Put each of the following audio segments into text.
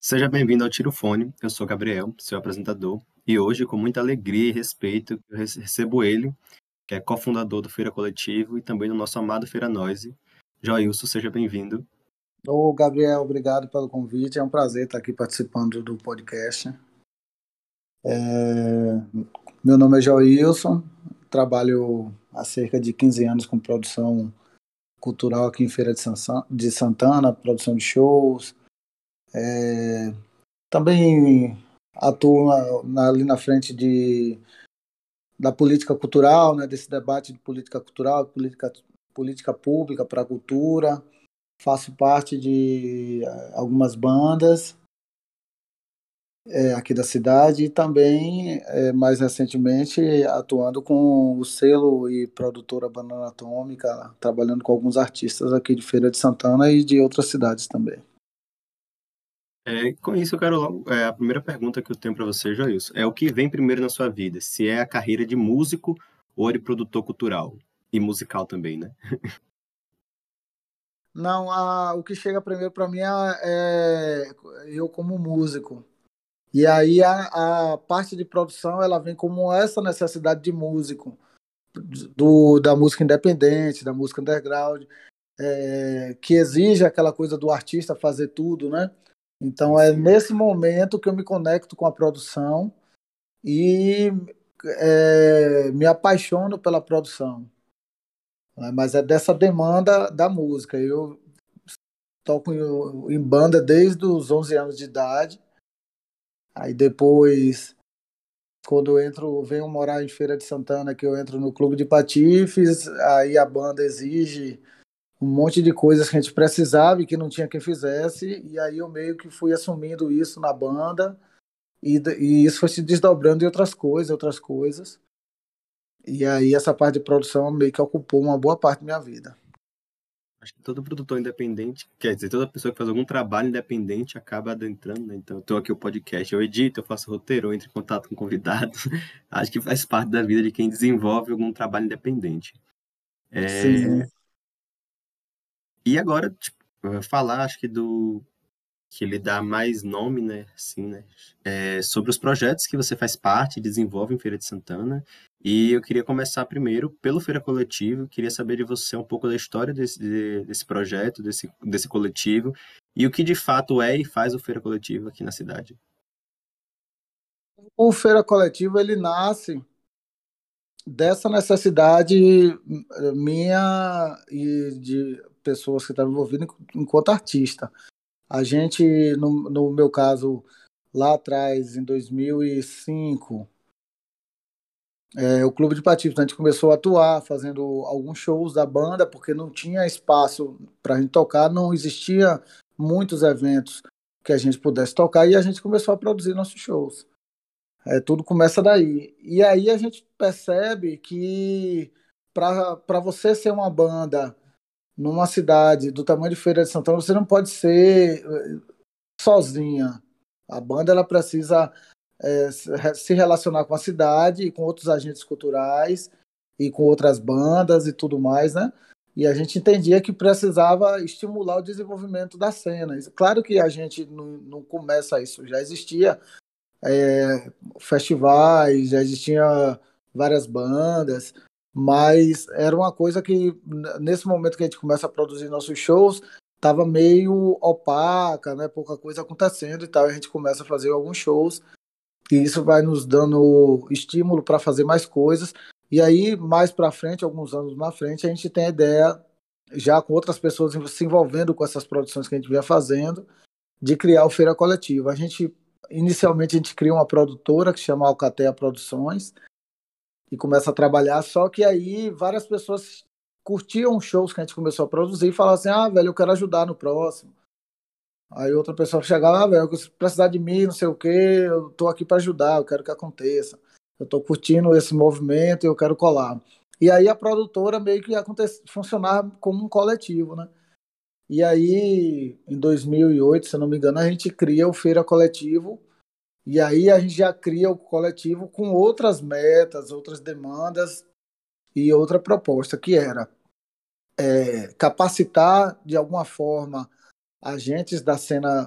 Seja bem-vindo ao Tirofone. Eu sou Gabriel, seu apresentador, e hoje, com muita alegria e respeito, eu recebo ele, que é cofundador do Feira Coletivo e também do nosso amado Feira Noise. Joilson, seja bem-vindo. Ô, Gabriel, obrigado pelo convite. É um prazer estar aqui participando do podcast. Meu nome é Joilson, trabalho há cerca de 15 anos com produção cultural aqui em Feira de Santana, produção de shows. Também atuo ali na frente da política cultural, né, desse debate de política cultural, política pública para a cultura. Faço parte de algumas bandas aqui da cidade e também, mais recentemente, atuando com o selo e produtora Banana Atômica, trabalhando com alguns artistas aqui de Feira de Santana e de outras cidades também. Com isso, eu quero logo. A primeira pergunta que eu tenho para você, Joilson, é o que vem primeiro na sua vida? Se é a carreira de músico ou de produtor cultural? E musical também, né? Não, o que chega primeiro para mim é eu como músico. E aí a parte de produção ela vem como essa necessidade de músico, da música independente, da música underground, que exige aquela coisa do artista fazer tudo, né? Então é Sim. nesse momento que eu me conecto com a produção e me apaixono pela produção, né? Mas é dessa demanda da música. Eu toco em banda desde os 11 anos de idade. Aí depois, quando eu venho morar em Feira de Santana, que eu entro no Clube de Patifes, aí a banda exige um monte de coisas que a gente precisava e que não tinha quem fizesse, e aí eu meio que fui assumindo isso na banda, e isso foi se desdobrando em outras coisas, e aí essa parte de produção meio que ocupou uma boa parte da minha vida. Acho que todo produtor independente, quer dizer, toda pessoa que faz algum trabalho independente acaba adentrando, né? Então, eu tô aqui o podcast, eu edito, eu faço roteiro, eu entro em contato com convidados. Acho que faz parte da vida de quem desenvolve algum trabalho independente. Sim. E agora, tipo, eu vou falar, acho que do que ele dá mais nome, né? Assim, né? Sobre os projetos que você faz parte, desenvolve em Feira de Santana. E eu queria começar primeiro pelo Feira Coletivo. Queria saber de você um pouco da história desse projeto, desse coletivo, e o que de fato é e faz o Feira Coletivo aqui na cidade. O Feira Coletivo, ele nasce dessa necessidade minha e de pessoas que estavam envolvidas enquanto artista. A gente, no meu caso, lá atrás, em 2005, o Clube de Patifes, a gente começou a atuar, fazendo alguns shows da banda, porque não tinha espaço para a gente tocar, não existia muitos eventos que a gente pudesse tocar, e a gente começou a produzir nossos shows. Tudo começa daí. E aí a gente percebe que para você ser uma banda numa cidade do tamanho de Feira de Santana, você não pode ser sozinha. A banda ela precisa se relacionar com a cidade e com outros agentes culturais e com outras bandas e tudo mais, né? E a gente entendia que precisava estimular o desenvolvimento da cena. Claro que a gente não começa isso, já existia festivais, já existia várias bandas, mas era uma coisa que, nesse momento que a gente começa a produzir nossos shows, estava meio opaca, né? Pouca coisa acontecendo e tal. A gente começa a fazer alguns shows e isso vai nos dando estímulo para fazer mais coisas. E aí, mais para frente, alguns anos na frente, a gente tem a ideia, já com outras pessoas se envolvendo com essas produções que a gente vinha fazendo, de criar o Feira Coletiva. Inicialmente, a gente cria uma produtora que chama Alcateia Produções e começa a trabalhar, só que aí várias pessoas curtiam os shows que a gente começou a produzir e falavam assim, velho, eu quero ajudar no próximo. Aí outra pessoa chegava, velho, se precisar de mim, não sei o quê, eu tô aqui para ajudar, eu quero que aconteça. Eu tô curtindo esse movimento e eu quero colar. E aí a produtora meio que funcionava como um coletivo, né? E aí, em 2008, se eu não me engano, a gente cria o Feira Coletivo, e aí a gente já cria o coletivo com outras metas, outras demandas e outra proposta, que era capacitar, de alguma forma, agentes da cena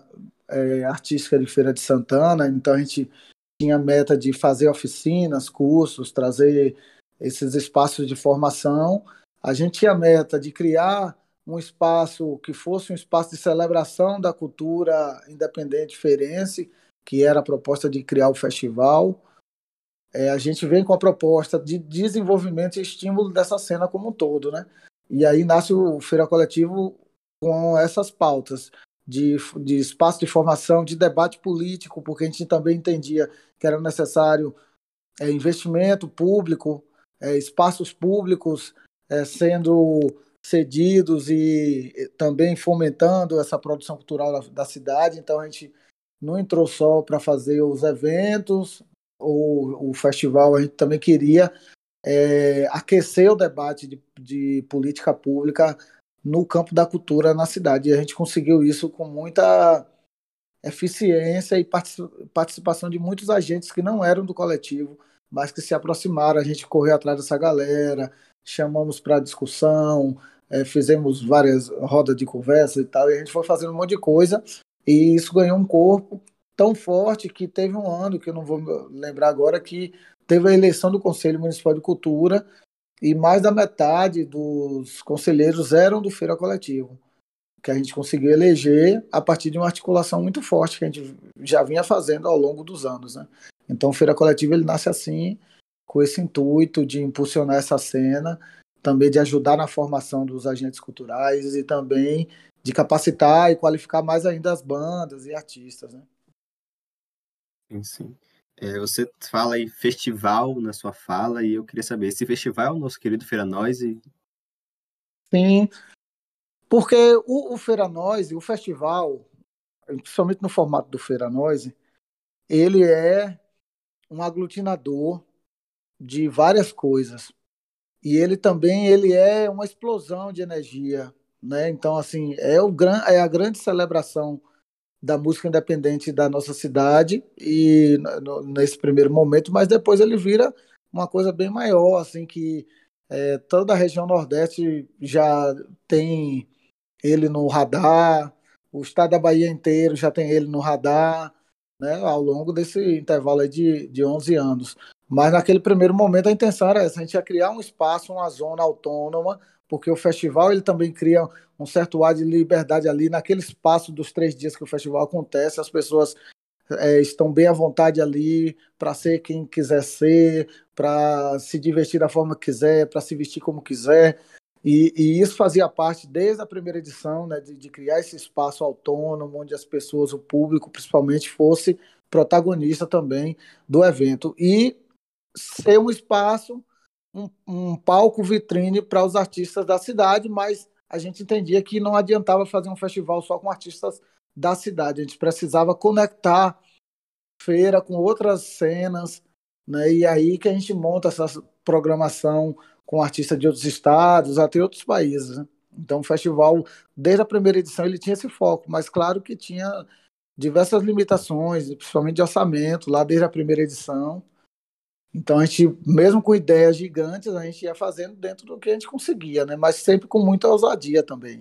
artística de Feira de Santana, então a gente tinha a meta de fazer oficinas, cursos, trazer esses espaços de formação. A gente tinha a meta de criar um espaço que fosse um espaço de celebração da cultura independente feirense, que era a proposta de criar o festival. A gente vem com a proposta de desenvolvimento e estímulo dessa cena como um todo, né? E aí nasce o Feira Coletivo com essas pautas de espaço de formação, de debate político, porque a gente também entendia que era necessário investimento público, espaços públicos sendo cedidos e também fomentando essa produção cultural da cidade. Então a gente não entrou só para fazer os eventos, o festival, a gente também queria aquecer o debate de política pública no campo da cultura na cidade. E a gente conseguiu isso com muita eficiência e participação de muitos agentes que não eram do coletivo, mas que se aproximaram. A gente correu atrás dessa galera, chamamos para discussão, fizemos várias rodas de conversa e tal, e a gente foi fazendo um monte de coisa, e isso ganhou um corpo tão forte que teve um ano, que eu não vou lembrar agora, que teve a eleição do Conselho Municipal de Cultura, e mais da metade dos conselheiros eram do Feira Coletivo, que a gente conseguiu eleger a partir de uma articulação muito forte que a gente já vinha fazendo ao longo dos anos, né? Então, o Feira Coletiva ele nasce assim, com esse intuito de impulsionar essa cena, também de ajudar na formação dos agentes culturais e também de capacitar e qualificar mais ainda as bandas e artistas, né? Sim, sim. Você fala aí festival na sua fala e eu queria saber, esse festival é o nosso querido Feira Noise? Sim, porque o Feira Noise, o festival, principalmente no formato do Feira Noise, ele é um aglutinador de várias coisas. E ele também ele é uma explosão de energia, né? Então, assim, é a grande celebração da música independente da nossa cidade e nesse primeiro momento, mas depois ele vira uma coisa bem maior, assim, que toda a região Nordeste já tem ele no radar, o estado da Bahia inteiro já tem ele no radar, né, ao longo desse intervalo aí de 11 anos. Mas naquele primeiro momento a intenção era essa, a gente ia criar um espaço, uma zona autônoma, porque o festival ele também cria um certo ar de liberdade ali, naquele espaço dos 3 dias que o festival acontece, as pessoas estão bem à vontade ali para ser quem quiser ser, para se divertir da forma que quiser, para se vestir como quiser. E isso fazia parte desde a primeira edição, né, de criar esse espaço autônomo, onde as pessoas, o público principalmente, fosse protagonista também do evento. E ser um espaço, um palco vitrine para os artistas da cidade, mas a gente entendia que não adiantava fazer um festival só com artistas da cidade, a gente precisava conectar feira com outras cenas, né? E aí que a gente monta essa programação com artistas de outros estados, até outros países, né? Então, o festival, desde a primeira edição, ele tinha esse foco, mas claro que tinha diversas limitações, principalmente de orçamento, lá desde a primeira edição. Então, a gente, mesmo com ideias gigantes, a gente ia fazendo dentro do que a gente conseguia, né? Mas sempre com muita ousadia também.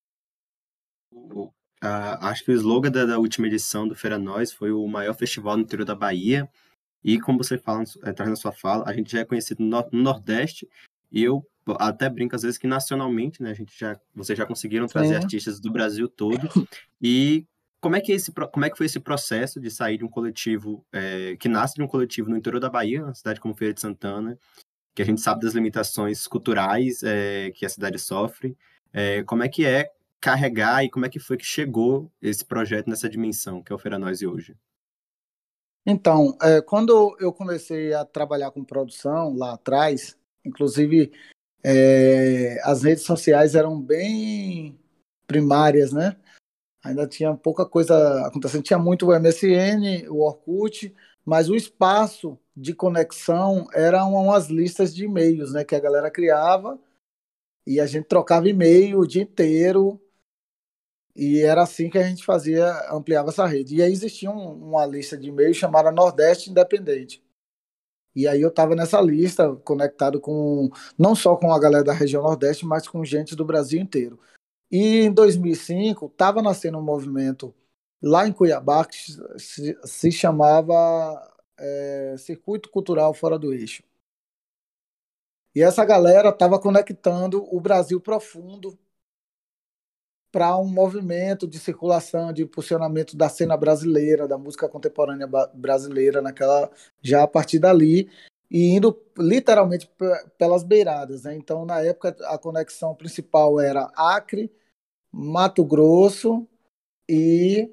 Acho que o slogan da última edição do Feira Nós foi o maior festival no interior da Bahia. E como você fala, traz na sua fala, a gente já é conhecido no Nordeste, e eu até brinco às vezes que nacionalmente, né, vocês já conseguiram trazer Sim. artistas do Brasil todo. E como é que foi esse processo de sair de um coletivo, que nasce de um coletivo no interior da Bahia, uma cidade como Feira de Santana, que a gente sabe das limitações culturais, que a cidade sofre. Como é que é carregar e como é que foi que chegou esse projeto nessa dimensão, que é o Feira Nós hoje? Então, quando eu comecei a trabalhar com produção lá atrás, inclusive as redes sociais eram bem primárias, né? Ainda tinha pouca coisa acontecendo. Tinha muito o MSN, o Orkut, mas o espaço de conexão eram umas listas de e-mails, né? Que a galera criava e a gente trocava e-mail o dia inteiro. E era assim que a gente fazia, ampliava essa rede. E aí existia uma lista de e-mails chamada Nordeste Independente. E aí eu estava nessa lista, conectado com não só com a galera da região Nordeste, mas com gente do Brasil inteiro. E em 2005 estava nascendo um movimento lá em Cuiabá, que se chamava Circuito Cultural Fora do Eixo. E essa galera estava conectando o Brasil profundo para um movimento de circulação, de impulsionamento da cena brasileira, da música contemporânea brasileira, naquela já a partir dali, e indo literalmente pelas beiradas, né? Então, na época, a conexão principal era Acre, Mato Grosso e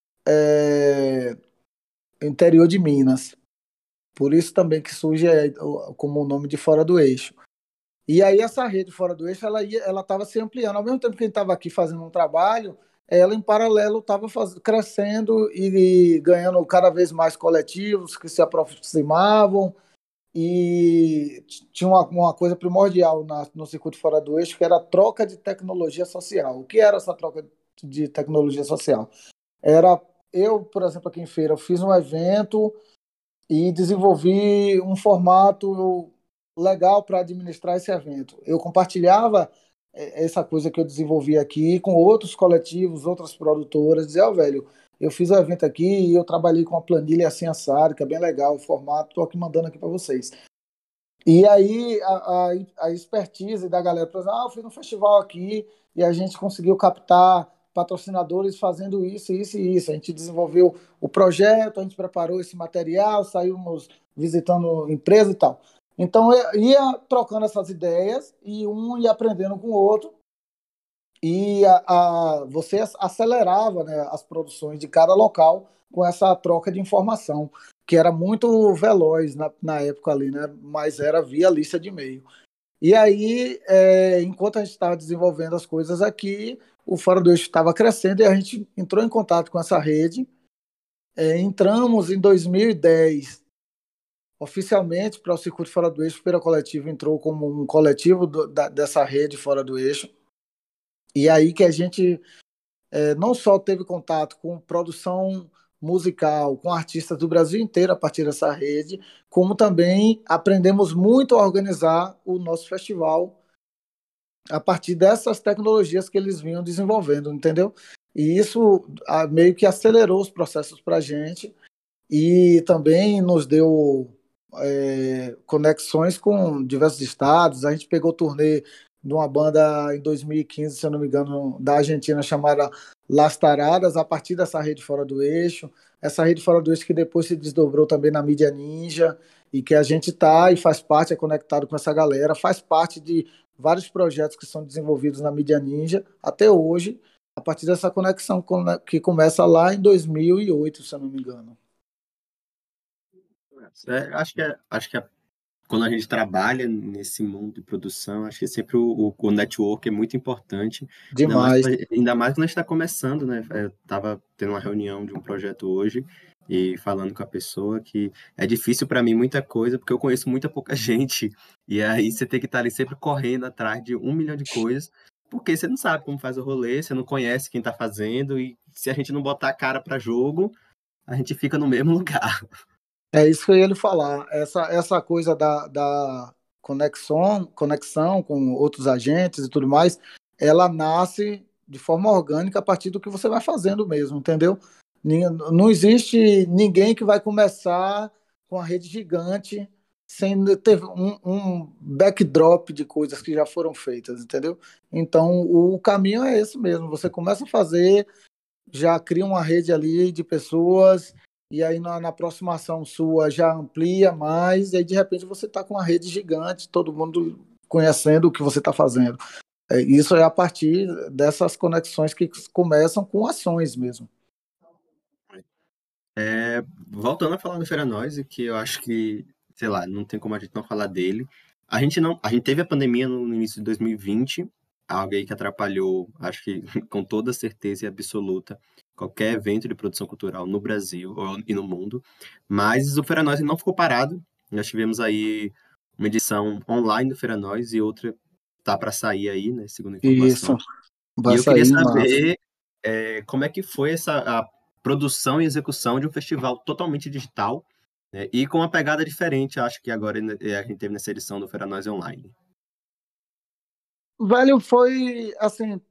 interior de Minas. Por isso também que surge como o nome de Fora do Eixo. E aí essa rede Fora do Eixo, ela estava se ampliando. Ao mesmo tempo que a gente estava aqui fazendo um trabalho, ela em paralelo estava crescendo e ganhando cada vez mais coletivos que se aproximavam. E tinha uma coisa primordial no Circuito Fora do Eixo, que era a troca de tecnologia social. O que era essa troca de tecnologia social? Era eu, por exemplo, aqui em Feira, eu fiz um evento e desenvolvi um formato legal para administrar esse evento. Eu compartilhava essa coisa que eu desenvolvi aqui com outros coletivos, outras produtoras, dizer, ó, velho, eu fiz o evento aqui e eu trabalhei com uma planilha assim assado, que é bem legal o formato, estou aqui mandando aqui para vocês. E aí a expertise da galera, por exemplo, eu fiz um festival aqui e a gente conseguiu captar patrocinadores fazendo isso, isso e isso. A gente desenvolveu o projeto, a gente preparou esse material, saímos visitando empresa e tal. Então eu ia trocando essas ideias e um ia aprendendo com o outro e você acelerava, né, as produções de cada local com essa troca de informação, que era muito veloz na época ali, né, mas era via lista de e-mail. E aí, enquanto a gente estava desenvolvendo as coisas aqui, o Fora do Eixo estava crescendo e a gente entrou em contato com essa rede. Entramos em 2010 oficialmente para o Circuito Fora do Eixo. Feira Coletivo entrou como um coletivo dessa rede Fora do Eixo. E aí que a gente não só teve contato com produção musical, com artistas do Brasil inteiro a partir dessa rede, como também aprendemos muito a organizar o nosso festival a partir dessas tecnologias que eles vinham desenvolvendo, entendeu? E isso meio que acelerou os processos para a gente e também nos deu conexões com diversos estados. A gente pegou turnê de uma banda em 2015, se eu não me engano, da Argentina, chamada Las Taradas, a partir dessa rede Fora do Eixo. Essa rede Fora do Eixo que depois se desdobrou também na Mídia Ninja, e que a gente está e faz parte, é conectado com essa galera, faz parte de vários projetos que são desenvolvidos na Mídia Ninja até hoje, a partir dessa conexão que começa lá em 2008, se eu não me engano. Acho que quando a gente trabalha nesse mundo de produção, acho que sempre o network é muito importante, Demais. ainda mais quando a gente está começando, né? Eu estava tendo uma reunião de um projeto hoje e falando com a pessoa que é difícil para mim muita coisa, porque eu conheço muita pouca gente, e aí você tem que estar ali sempre correndo atrás de 1 milhão de coisas, porque você não sabe como faz o rolê, você não conhece quem está fazendo, e se a gente não botar a cara para jogo, a gente fica no mesmo lugar. É isso que eu ia lhe falar. Essa coisa da conexão com outros agentes e tudo mais, ela nasce de forma orgânica a partir do que você vai fazendo mesmo, entendeu? Não existe ninguém que vai começar com a rede gigante sem ter um backdrop de coisas que já foram feitas, entendeu? Então, o caminho é esse mesmo. Você começa a fazer, já cria uma rede ali de pessoas, e aí na aproximação sua já amplia mais, e aí de repente você está com uma rede gigante, todo mundo conhecendo o que você está fazendo. Isso é a partir dessas conexões que começam com ações mesmo. Voltando a falar do Feranoise, que eu acho que, sei lá, não tem como a gente não falar dele. A gente teve a pandemia no início de 2020, algo aí que atrapalhou, acho que com toda certeza e absoluta, qualquer evento de produção cultural no Brasil e no mundo. Mas o Feranoise não ficou parado. Nós tivemos aí uma edição online do Feranoise e outra tá para sair aí, né, segundo a Isso, informação. E vai eu queria sair em março. saber como é que foi a produção e execução de um festival totalmente digital, né, e com uma pegada diferente, acho que agora a gente teve nessa edição do Feira Nós Online. Velho, foi assim,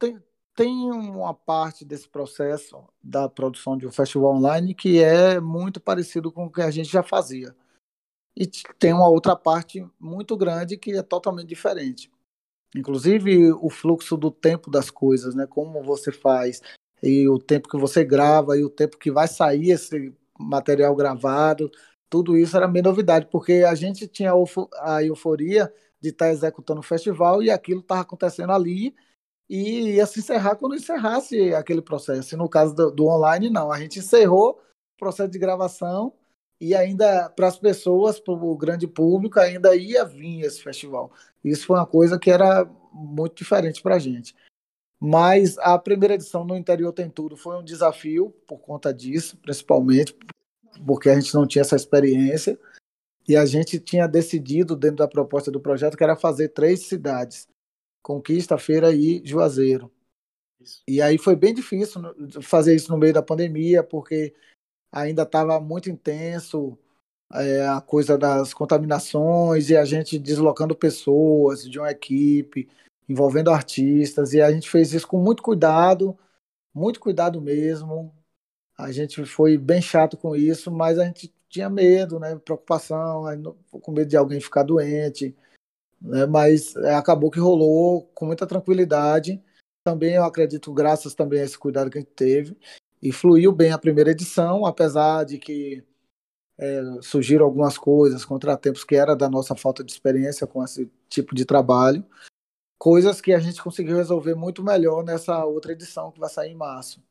tem uma parte desse processo da produção de um festival online que é muito parecido com o que a gente já fazia. E tem uma outra parte muito grande que é totalmente diferente. Inclusive o fluxo do tempo das coisas, né? Como você faz, e o tempo que você grava, e o tempo que vai sair esse material gravado, tudo isso era meio novidade, porque a gente tinha a euforia de estar executando o festival e aquilo estava acontecendo ali e ia se encerrar quando encerrasse aquele processo. E no caso do online, não. A gente encerrou o processo de gravação e ainda para as pessoas, para o grande público, ainda ia vir esse festival. Isso foi uma coisa que era muito diferente para a gente. Mas a primeira edição no Interior Tem Tudo foi um desafio por conta disso, principalmente porque a gente não tinha essa experiência. E a gente tinha decidido, dentro da proposta do projeto, que era fazer 3 cidades: Conquista, Feira e Juazeiro. Isso. E aí foi bem difícil fazer isso no meio da pandemia, porque ainda estava muito intenso a coisa das contaminações e a gente deslocando pessoas de uma equipe, envolvendo artistas, e a gente fez isso com muito cuidado mesmo. A gente foi bem chato com isso, mas a gente tinha medo, né, preocupação, com medo de alguém ficar doente, né, mas acabou que rolou com muita tranquilidade. Também eu acredito, graças também a esse cuidado que a gente teve, e fluiu bem a primeira edição, apesar de que surgiram algumas coisas, contratempos que era da nossa falta de experiência com esse tipo de trabalho, coisas que a gente conseguiu resolver muito melhor nessa outra edição que vai sair em março,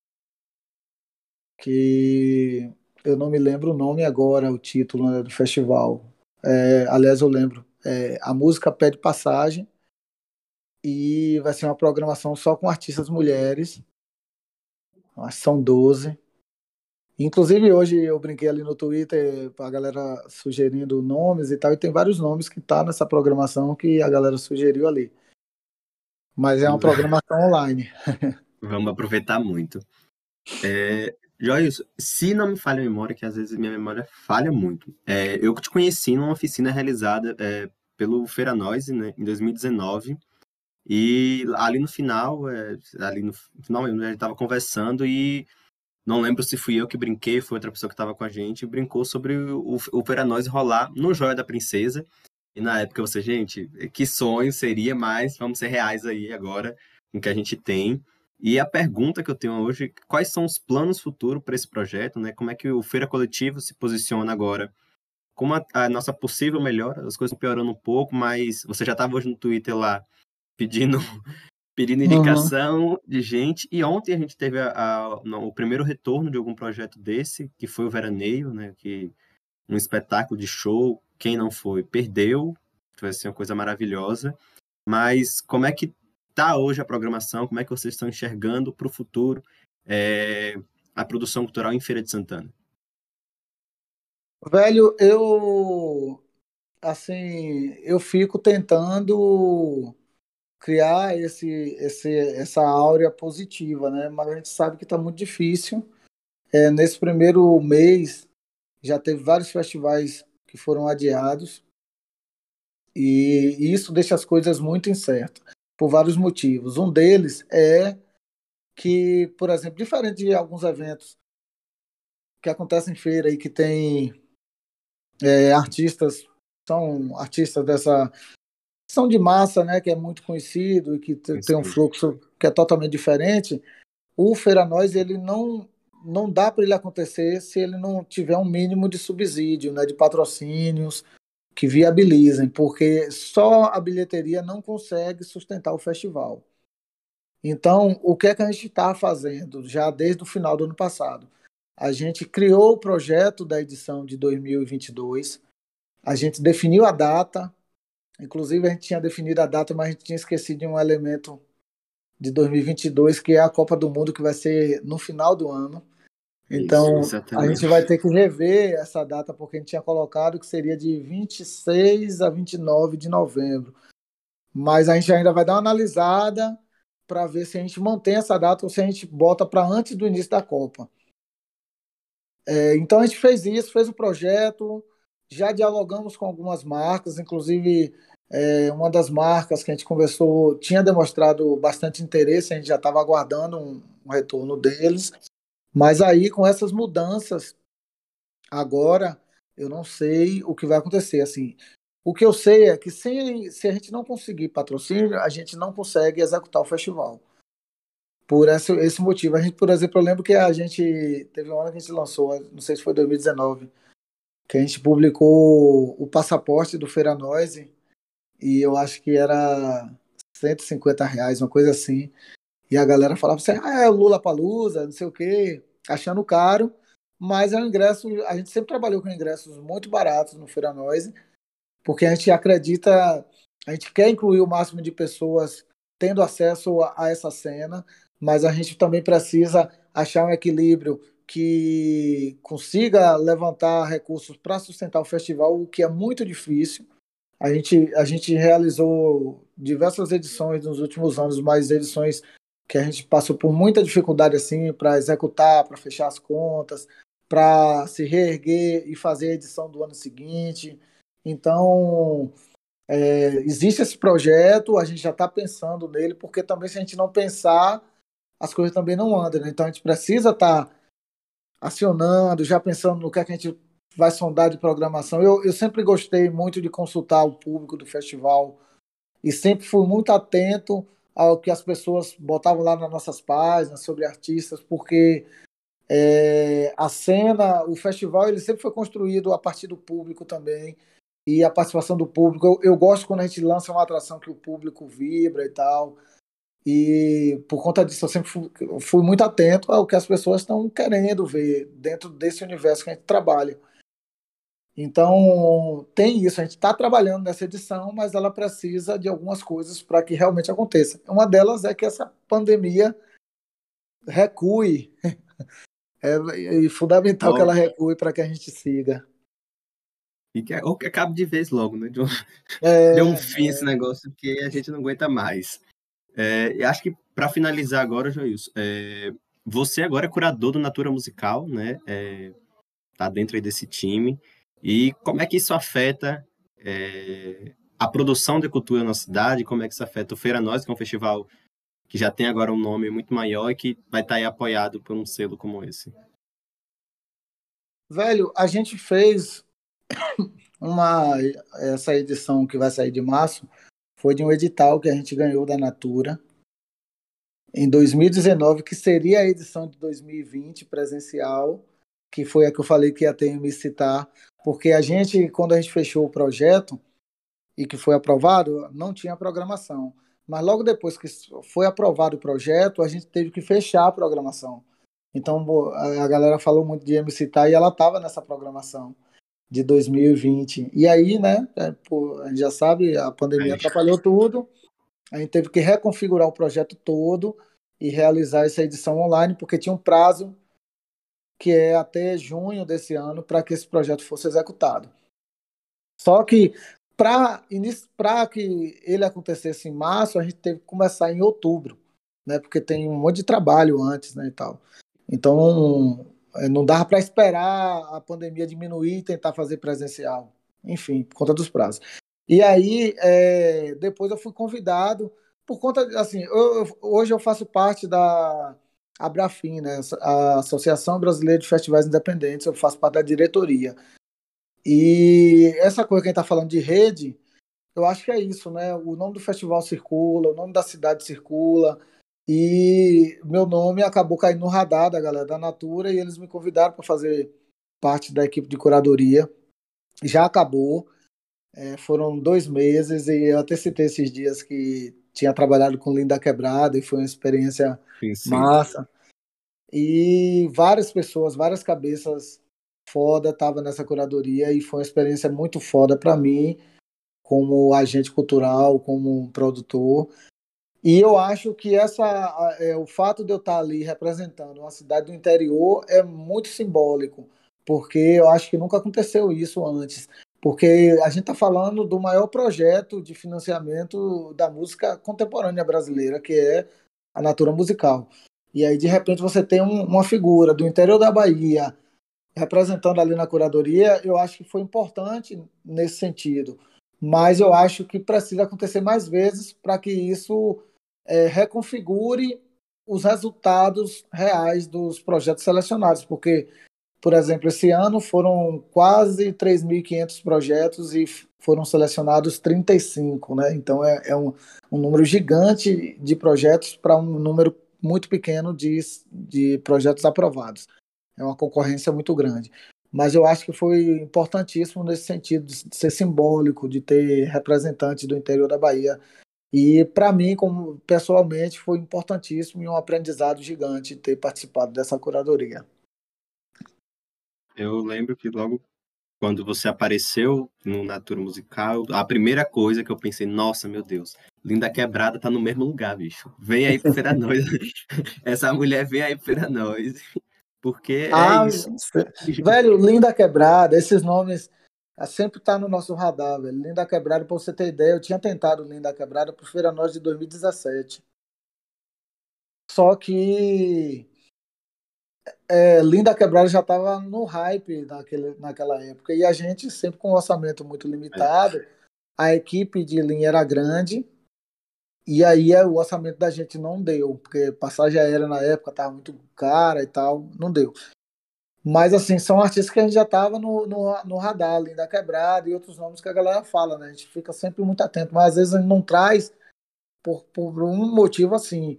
que eu não me lembro o nome agora, o título, né, do festival. Aliás, eu lembro. A música pede passagem e vai ser uma programação só com artistas mulheres. Acho que são 12. Inclusive, hoje eu brinquei ali no Twitter, a galera sugerindo nomes e tal, e tem vários nomes que tá nessa programação que a galera sugeriu ali. Mas é uma programação online. Vamos aproveitar muito. Joilson, se não me falha a memória, que às vezes minha memória falha muito, eu te conheci numa oficina realizada pelo Feira Noise, né, em 2019, e ali no final, ali no final mesmo, né, a gente estava conversando e não lembro se fui eu que brinquei, foi outra pessoa que estava com a gente, brincou sobre o Feira Noise rolar no Joia da Princesa, e na época você, gente, que sonho seria, mas vamos ser reais aí agora, com o que a gente tem. E a pergunta que eu tenho hoje, quais são os planos futuros para esse projeto, né? Como é que o Feira Coletivo se posiciona agora? Como a nossa possível melhora, as coisas estão piorando um pouco, mas você já estava hoje no Twitter lá pedindo, pedindo Uhum. indicação de gente, e ontem a gente teve o primeiro retorno de algum projeto desse, que foi o Veraneio, né? Que um espetáculo de show, quem não foi, perdeu, vai ser uma coisa maravilhosa. Mas como é que está hoje a programação? Como é que vocês estão enxergando para o futuro a produção cultural em Feira de Santana? Velho, eu assim, eu fico tentando criar essa áurea positiva, né? Mas a gente sabe que está muito difícil. Nesse primeiro mês já teve vários festivais que foram adiados e isso deixa as coisas muito incertas por vários motivos. Um deles é que, por exemplo, diferente de alguns eventos que acontecem em feira e que tem artistas, são artistas dessa são de massa, né, que é muito conhecido e que tem um Sim, fluxo que é totalmente diferente. O Feira Nós, ele não dá para ele acontecer se ele não tiver um mínimo de subsídio, né, de patrocínios que viabilizem, porque só a bilheteria não consegue sustentar o festival. Então, o que é que a gente está fazendo já desde o final do ano passado? A gente criou o projeto da edição de 2022, a gente definiu a data, inclusive a gente tinha definido a data, mas a gente tinha esquecido de um elemento de 2022, que é a Copa do Mundo, que vai ser no final do ano. isso, Então, a gente vai exatamente. ter que rever essa data, porque a gente tinha colocado que seria de 26 a 29 de novembro. Mas a gente ainda vai dar uma analisada para ver se a gente mantém essa data ou se a gente bota para antes do início da Copa. Então, a gente fez isso, fez o projeto, já dialogamos com algumas marcas, inclusive Uma das marcas que a gente conversou tinha demonstrado bastante interesse, a gente já estava aguardando um retorno deles, mas aí com essas mudanças, agora eu não sei o que vai acontecer. Assim, o que eu sei é que se a gente não conseguir patrocínio, a gente não consegue executar o festival. Por esse motivo. A gente, por exemplo, eu lembro que a gente teve um ano que a gente lançou, não sei se foi 2019, que a gente publicou o passaporte do Feira Noise e eu acho que era R$ 150, uma coisa assim. E a galera falava assim, é o Lula Palusa, não sei o quê, achando caro, mas é um ingresso, a gente sempre trabalhou com ingressos muito baratos no Feira Noise, porque a gente acredita, a gente quer incluir o máximo de pessoas tendo acesso a essa cena, mas a gente também precisa achar um equilíbrio que consiga levantar recursos para sustentar o festival, o que é muito difícil. A gente realizou diversas edições nos últimos anos, mas edições que a gente passou por muita dificuldade assim para executar, para fechar as contas, para se reerguer e fazer a edição do ano seguinte. Então, existe esse projeto, a gente já está pensando nele, porque também se a gente não pensar, as coisas também não andam, né? Então a gente precisa estar acionando, já pensando no que a gente vai sondar de programação. Eu sempre gostei muito de consultar o público do festival e sempre fui muito atento ao que as pessoas botavam lá nas nossas páginas sobre artistas, porque a cena, o festival, ele sempre foi construído a partir do público também e a participação do público. Eu gosto quando a gente lança uma atração que o público vibra e tal. E por conta disso, eu sempre fui muito atento ao que as pessoas estão querendo ver dentro desse universo que a gente trabalha. Então, tem isso, a gente está trabalhando nessa edição, mas ela precisa de algumas coisas para que realmente aconteça. Uma delas é que essa pandemia recue, é fundamental que ela Logo, recue para que a gente siga. ou que acabe de vez logo, né? Deu um É, fim esse negócio que a gente não aguenta mais. E acho que para finalizar agora, Joilson, você agora é curador do Natura Musical, né? Tá dentro aí desse time. E como é que isso afeta a produção de cultura na cidade? Como é que isso afeta o Feira Nós, que é um festival que já tem agora um nome muito maior e que vai estar aí apoiado por um selo como esse? velho, a gente fez uma essa edição que vai sair de março foi de um edital que a gente ganhou da Natura em 2019, que seria a edição de 2020 presencial, que foi a que eu falei que ia ter em me citar, porque a gente, quando a gente fechou o projeto e que foi aprovado, não tinha programação. Mas logo depois que foi aprovado o projeto, a gente teve que fechar a programação. Então a galera falou muito de MC Tá e ela estava nessa programação de 2020. E aí, né, pô, a gente já sabe, a pandemia Aí, atrapalhou tudo, a gente teve que reconfigurar o projeto todo e realizar essa edição online, porque tinha um prazo que é até junho desse ano para que esse projeto fosse executado. Só que para que ele acontecesse em março, a gente teve que começar em outubro, né? Porque tem um monte de trabalho antes, né, e tal. Então, não dava para esperar a pandemia diminuir e tentar fazer presencial. Enfim, por conta dos prazos. E aí, depois eu fui convidado, por conta, assim, hoje eu faço parte da Abrafim, né? A Associação Brasileira de Festivais Independentes, eu faço parte da diretoria. E essa coisa que a gente está falando de rede, eu acho que é isso, né? O nome do festival circula, o nome da cidade circula, e meu nome acabou caindo no radar da galera da Natura e eles me convidaram para fazer parte da equipe de curadoria. Já acabou, foram 2 meses e eu até citei esses dias que tinha trabalhado com Linda Quebrada e foi uma experiência sim, sim. massa. E várias pessoas, várias cabeças foda estavam nessa curadoria e foi uma experiência muito foda para mim como agente cultural, como um produtor. E eu acho que o fato de eu estar ali representando uma cidade do interior é muito simbólico, porque eu acho que nunca aconteceu isso antes. Porque a gente está falando do maior projeto de financiamento da música contemporânea brasileira, que é a Natura Musical. E aí, de repente, você tem uma figura do interior da Bahia representando ali na curadoria, eu acho que foi importante nesse sentido, mas eu acho que precisa acontecer mais vezes para que isso reconfigure os resultados reais dos projetos selecionados, porque, por exemplo, esse ano foram quase 3.500 projetos e foram selecionados 35, né? Então é um número gigante de projetos para um número muito pequeno de projetos aprovados. É uma concorrência muito grande. Mas eu acho que foi importantíssimo nesse sentido de ser simbólico, de ter representantes do interior da Bahia. E para mim, como pessoalmente, foi importantíssimo e um aprendizado gigante ter participado dessa curadoria. Eu lembro que logo quando você apareceu no Natura Musical, a primeira coisa que eu pensei, nossa, meu Deus, Linda Quebrada tá no mesmo lugar, bicho. Vem aí pro Feira-Nós. Essa mulher vem aí pro Feira-Nós. Porque é Ah, isso. velho, Linda Quebrada, esses nomes sempre tá no nosso radar, velho. Linda Quebrada, para você ter ideia, eu tinha tentado Linda Quebrada pro Feira Nós de 2017. Só que Linda Quebrada já estava no hype naquela época. E a gente sempre com um orçamento muito É, limitado, a equipe de linha era grande, e aí o orçamento da gente não deu, porque passagem aérea na época estava muito cara e tal, não deu. Mas, assim, são artistas que a gente já estava no radar, Linda Quebrada e outros nomes que a galera fala, né? A gente fica sempre muito atento, mas às vezes a gente não traz por um motivo assim.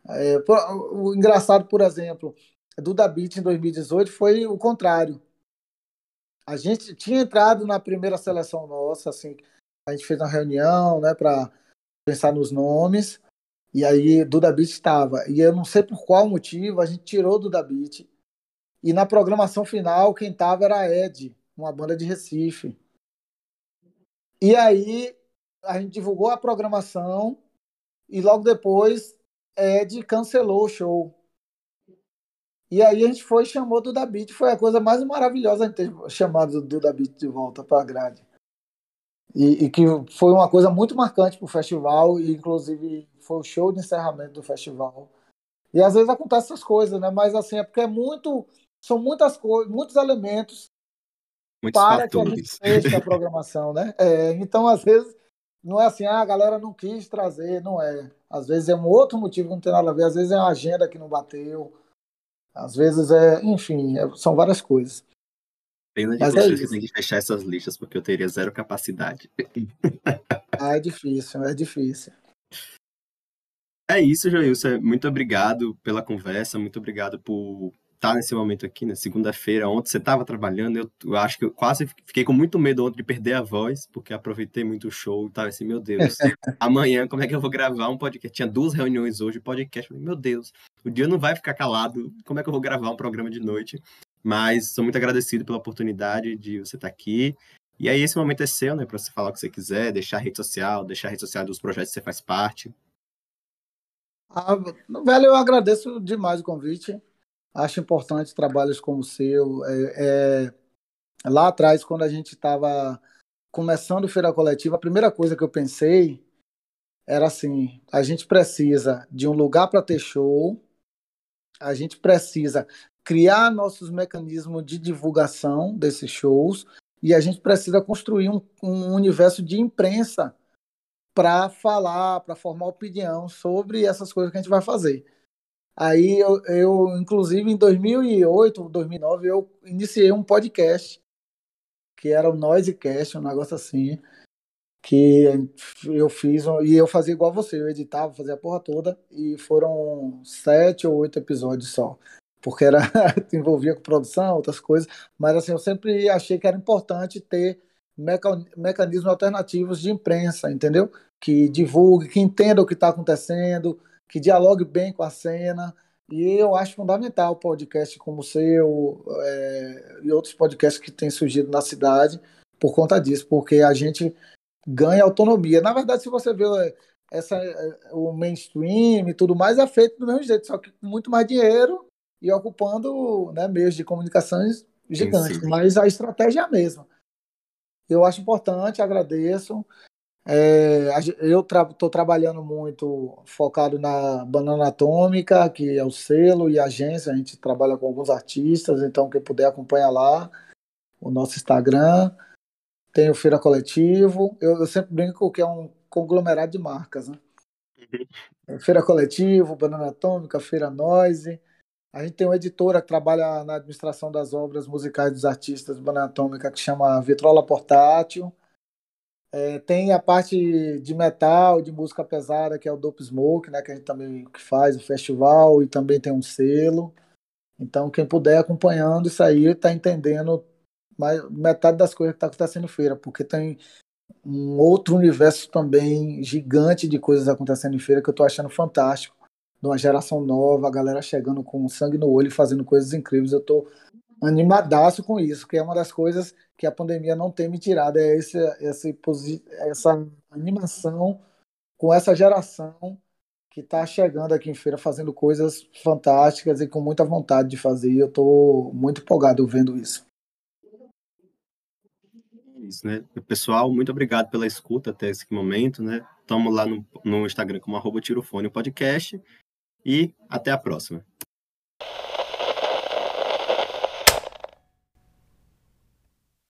O engraçado, por exemplo, do Da Beat em 2018 foi o contrário. A gente tinha entrado na primeira seleção nossa, assim, a gente fez uma reunião, né, para pensar nos nomes, e aí Duda Beat estava. E eu não sei por qual motivo a gente tirou Duda Beat. E na programação final, quem estava era a Ed, uma banda de Recife. E aí a gente divulgou a programação e logo depois Ed cancelou o show. E aí a gente foi e chamou o Duda Beat. Foi a coisa mais maravilhosa a gente ter chamado o Duda Beat de volta para a grade. E que foi uma coisa muito marcante para o festival, e inclusive foi o show de encerramento do festival. E às vezes acontecem essas coisas, né? Mas assim, é porque são muitas coisas, muitos elementos muitos para que a gente fatores. feche a programação, né? Então, às vezes, não é assim, a galera não quis trazer, não é. Às vezes é um outro motivo que não tem nada a ver, às vezes é uma agenda que não bateu, às vezes enfim, são várias coisas. Pena de Mas é vocês que isso. têm que fechar essas listas, porque eu teria zero capacidade. Ah, é difícil, é difícil. É isso, Joilson. Muito obrigado pela conversa, muito obrigado por estar nesse momento aqui, na segunda-feira. Ontem você estava trabalhando, eu acho que eu quase fiquei com muito medo ontem de perder a voz, porque aproveitei muito o show e tava assim, meu Deus, amanhã como é que eu vou gravar um podcast? Tinha 2 reuniões hoje, podcast, falei, meu Deus, o dia não vai ficar calado, como é que eu vou gravar um programa de noite? Mas sou muito agradecido pela oportunidade de você estar aqui. E aí esse momento é seu, né, para você falar o que você quiser, deixar a rede social dos projetos que você faz parte. Ah, velho, eu agradeço demais o convite. Acho importante trabalhos como o seu. Lá atrás, quando a gente estava começando Feira Coletiva, a primeira coisa que eu pensei era assim: a gente precisa de um lugar para ter show, a gente precisa criar nossos mecanismos de divulgação desses shows e a gente precisa construir um universo de imprensa para falar, para formar opinião sobre essas coisas que a gente vai fazer. Aí inclusive, em 2008, 2009, eu iniciei um podcast que era o Noisecast, um negócio assim, que eu fiz, e eu fazia igual você, eu editava, fazia a porra toda, e foram 7 ou 8 episódios só, porque era envolvia com produção, outras coisas, mas assim, eu sempre achei que era importante ter mecanismos alternativos de imprensa, entendeu? Que divulgue, que entenda o que está acontecendo, que dialogue bem com a cena, e eu acho fundamental podcast como o seu, e outros podcasts que têm surgido na cidade por conta disso, porque a gente ganha autonomia. Na verdade, se você vê o mainstream e tudo mais, é feito do mesmo jeito, só que com muito mais dinheiro e ocupando, né, meios de comunicações Sim, gigantes. sim. Mas a estratégia é a mesma. Eu acho importante, agradeço. Eu estou trabalhando muito focado na Banana Atômica, que é o selo e a agência. A gente trabalha com alguns artistas, então quem puder acompanhar lá o nosso Instagram. tem o Feira Coletivo. Eu sempre brinco que é um conglomerado de marcas, né? Feira Coletivo, Banana Atômica, Feira Noise. A gente tem uma editora que trabalha na administração das obras musicais dos artistas do Banana Atômica, que chama Vitrola Portátil. Tem a parte de metal, de música pesada, que é o Dope Smoke, né, que a gente também que faz o festival e também tem um selo. Então, quem puder acompanhando isso aí, está entendendo mais, metade das coisas que está acontecendo em feira, porque tem um outro universo também gigante de coisas acontecendo em feira que eu estou achando fantástico. De uma geração nova, a galera chegando com sangue no olho e fazendo coisas incríveis. Eu estou animadaço com isso, que é uma das coisas que a pandemia não tem me tirado, é essa animação com essa geração que está chegando aqui em feira fazendo coisas fantásticas e com muita vontade de fazer. E eu estou muito empolgado vendo isso. Isso, né? Pessoal, muito obrigado pela escuta até esse momento, né? Estamos lá no Instagram como @tirofone podcast e até a próxima.